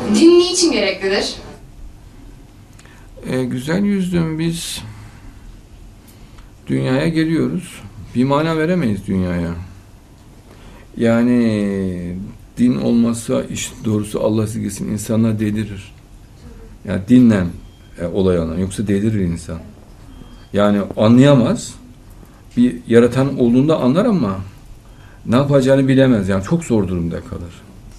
Din niçin gereklidir? Güzel yüzlüm, biz dünyaya geliyoruz. Bir mana veremeyiz dünyaya. Yani din olmazsa iş doğrusu Allah silgesin insanlar delirir. Yani dinle olay alan. Yoksa delirir insan. Yani anlayamaz. Bir yaratan olduğunda anlar ama ne yapacağını bilemez. Yani çok zor durumda kalır.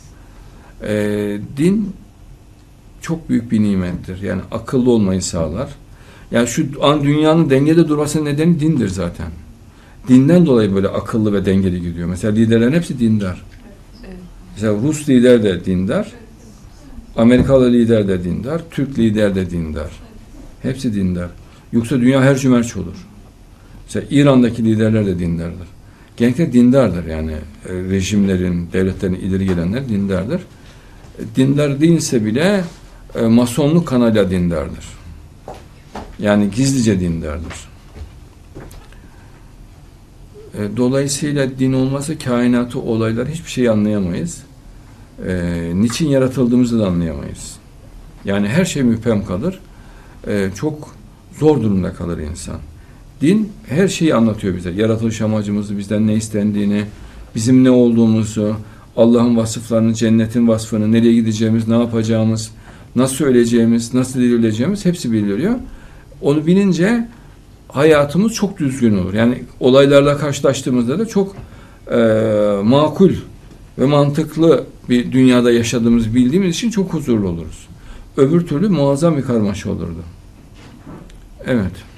Din çok büyük bir nimettir. Yani akıllı olmayı sağlar. Yani şu an dünyanın dengede durmasının nedeni dindir zaten. Dinden dolayı böyle akıllı ve dengeli gidiyor. Mesela liderlerin hepsi dindar. Evet. Mesela Rus lider de dindar. Amerikalı lider de dindar. Türk lider de dindar. Hepsi dindar. Yoksa dünya hercü merç olur. Mesela İran'daki liderler de dindardır. Genellikle dindardır yani. Rejimlerin, devletlerin ileri gelenler dindardır. Dindar değilse bile masonluk kanalıyla dindardır. Yani gizlice dindardır. Dolayısıyla din olmazsa kainatı, olaylar hiçbir şey anlayamayız. Niçin yaratıldığımızı da anlayamayız. Yani her şey müphem kalır. Çok zor durumda kalır insan. Din her şeyi anlatıyor bize. Yaratılış amacımızı, bizden ne istendiğini, bizim ne olduğumuzu, Allah'ın vasıflarını, cennetin vasfını, nereye gideceğimiz, ne yapacağımız, nasıl öleceğimiz, nasıl dirileceğimiz hepsi biliniyor. Onu bilince hayatımız çok düzgün olur. Yani olaylarla karşılaştığımızda da çok makul ve mantıklı bir dünyada yaşadığımızı bildiğimiz için çok huzurlu oluruz. Öbür türlü muazzam bir karmaşa olurdu. Evet.